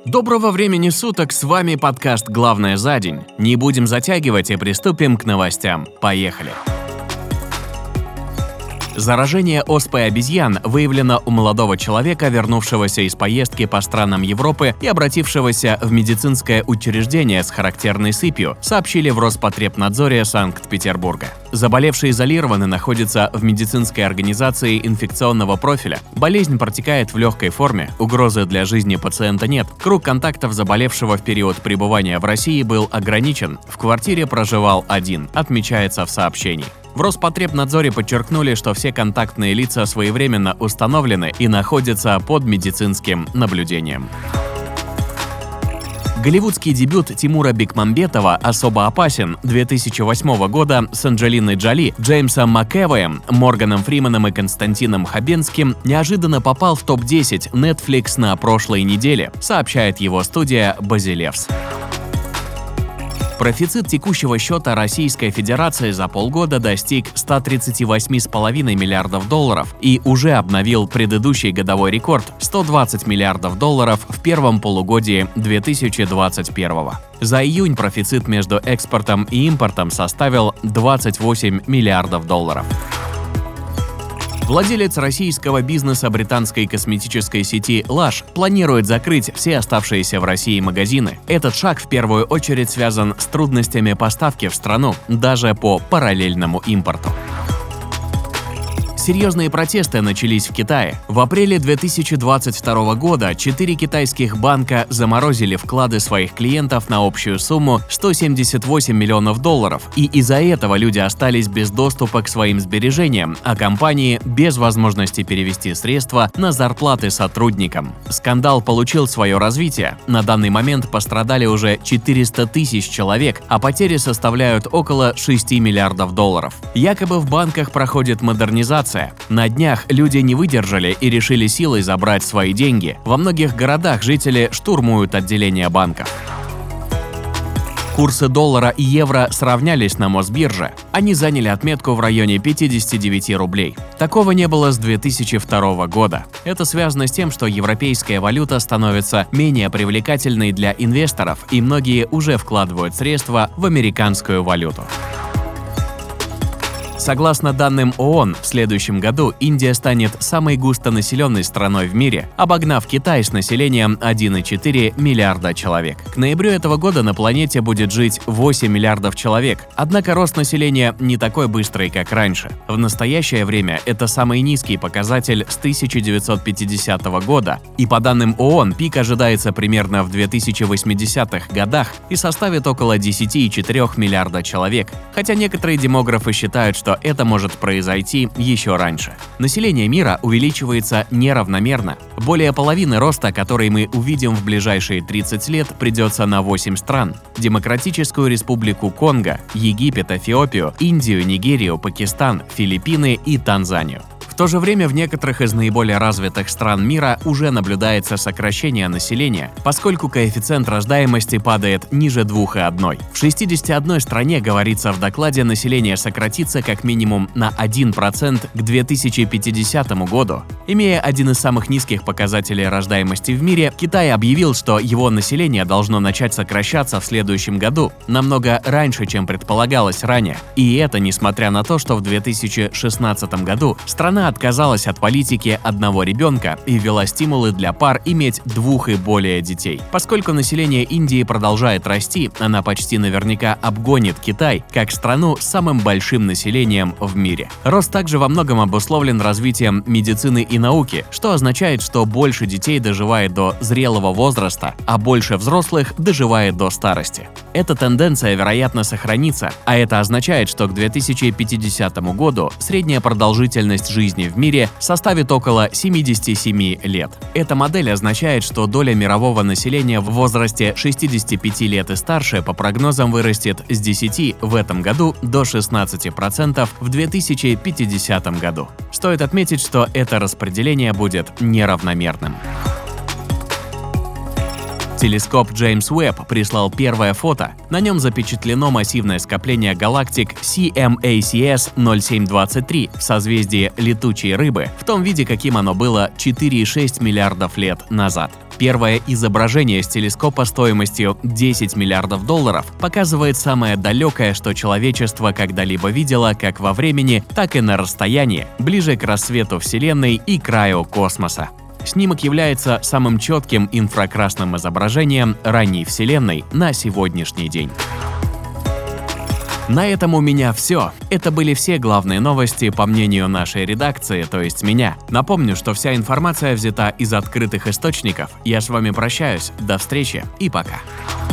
Доброго времени суток, с вами подкаст «Главное за день». Не будем затягивать и приступим к новостям. Поехали! Заражение оспой обезьян выявлено у молодого человека, вернувшегося из поездки по странам Европы и обратившегося в медицинское учреждение с характерной сыпью, сообщили в Роспотребнадзоре Санкт-Петербурга. Заболевший изолирован и находится в медицинской организации инфекционного профиля. Болезнь протекает в легкой форме, угрозы для жизни пациента нет. Круг контактов заболевшего в период пребывания в России был ограничен. В квартире проживал один, отмечается в сообщении. В Роспотребнадзоре подчеркнули, что все контактные лица своевременно установлены и находятся под медицинским наблюдением. Голливудский дебют Тимура Бекмамбетова «Особо опасен» 2008 года с Анджелиной Джоли, Джеймсом МакЭвоем, Морганом Фрименом и Константином Хабенским неожиданно попал в топ-10 Netflix на прошлой неделе, сообщает его студия «Базилевс». Профицит текущего счета Российской Федерации за полгода достиг 138,5 миллиардов долларов и уже обновил предыдущий годовой рекорд – 120 миллиардов долларов в первом полугодии 2021. За июнь профицит между экспортом и импортом составил 28 миллиардов долларов. Владелец российского бизнеса британской косметической сети Lush планирует закрыть все оставшиеся в России магазины. Этот шаг в первую очередь связан с трудностями поставки в страну, даже по параллельному импорту. Серьезные протесты начались в Китае. В апреле 2022 года 4 китайских банка заморозили вклады своих клиентов на общую сумму 178 миллионов долларов, и из-за этого люди остались без доступа к своим сбережениям, а компании без возможности перевести средства на зарплаты сотрудникам. Скандал получил свое развитие. На данный момент пострадали уже 400 тысяч человек, а потери составляют около 6 миллиардов долларов. Якобы в банках проходит модернизация. На днях люди не выдержали и решили силой забрать свои деньги. Во многих городах жители штурмуют отделения банков. Курсы доллара и евро сравнялись на Мосбирже. Они заняли отметку в районе 59 рублей. Такого не было с 2002 года. Это связано с тем, что европейская валюта становится менее привлекательной для инвесторов, и многие уже вкладывают средства в американскую валюту. Согласно данным ООН, в следующем году Индия станет самой густонаселенной страной в мире, обогнав Китай с населением 1,4 миллиарда человек. К ноябрю этого года на планете будет жить 8 миллиардов человек, однако рост населения не такой быстрый, как раньше. В настоящее время это самый низкий показатель с 1950 года, и по данным ООН пик ожидается примерно в 2080-х годах и составит около 10,4 миллиарда человек, хотя некоторые демографы считают, что это может произойти еще раньше. Население мира увеличивается неравномерно. Более половины роста, который мы увидим в ближайшие 30 лет, придется на 8 стран: Демократическую Республику Конго, Египет, Эфиопию, Индию, Нигерию, Пакистан, Филиппины и Танзанию. В то же время в некоторых из наиболее развитых стран мира уже наблюдается сокращение населения, поскольку коэффициент рождаемости падает ниже 2,1. В 61 стране, говорится в докладе, население сократится как минимум на 1% к 2050 году. Имея один из самых низких показателей рождаемости в мире, Китай объявил, что его население должно начать сокращаться в следующем году, намного раньше, чем предполагалось ранее. И это несмотря на то, что в 2016 году страна отказалась от политики одного ребенка и ввела стимулы для пар иметь 2 и более детей. Поскольку население Индии продолжает расти, она почти наверняка обгонит Китай как страну с самым большим населением в мире. Рост также во многом обусловлен развитием медицины и науки, что означает, что больше детей доживает до зрелого возраста, а больше взрослых доживает до старости. Эта тенденция, вероятно, сохранится, а это означает, что к 2050 году средняя продолжительность жизни в мире составит около 77 лет. Эта модель означает, что доля мирового населения в возрасте 65 лет и старше по прогнозам вырастет с 10 в этом году до 16% в 2050 году. Стоит отметить, что это распределение будет неравномерным. Телескоп Джеймс Уэбб прислал первое фото. На нем запечатлено массивное скопление галактик CMACS 0723 в созвездии Летучей Рыбы, в том виде, каким оно было 4,6 миллиардов лет назад. Первое изображение с телескопа стоимостью $10 миллиардов показывает самое далекое, что человечество когда-либо видело как во времени, так и на расстоянии, ближе к рассвету Вселенной и краю космоса. Снимок является самым четким инфракрасным изображением ранней Вселенной на сегодняшний день. На этом у меня все. Это были все главные новости по мнению нашей редакции, то есть меня. Напомню, что вся информация взята из открытых источников. Я с вами прощаюсь. До встречи и пока.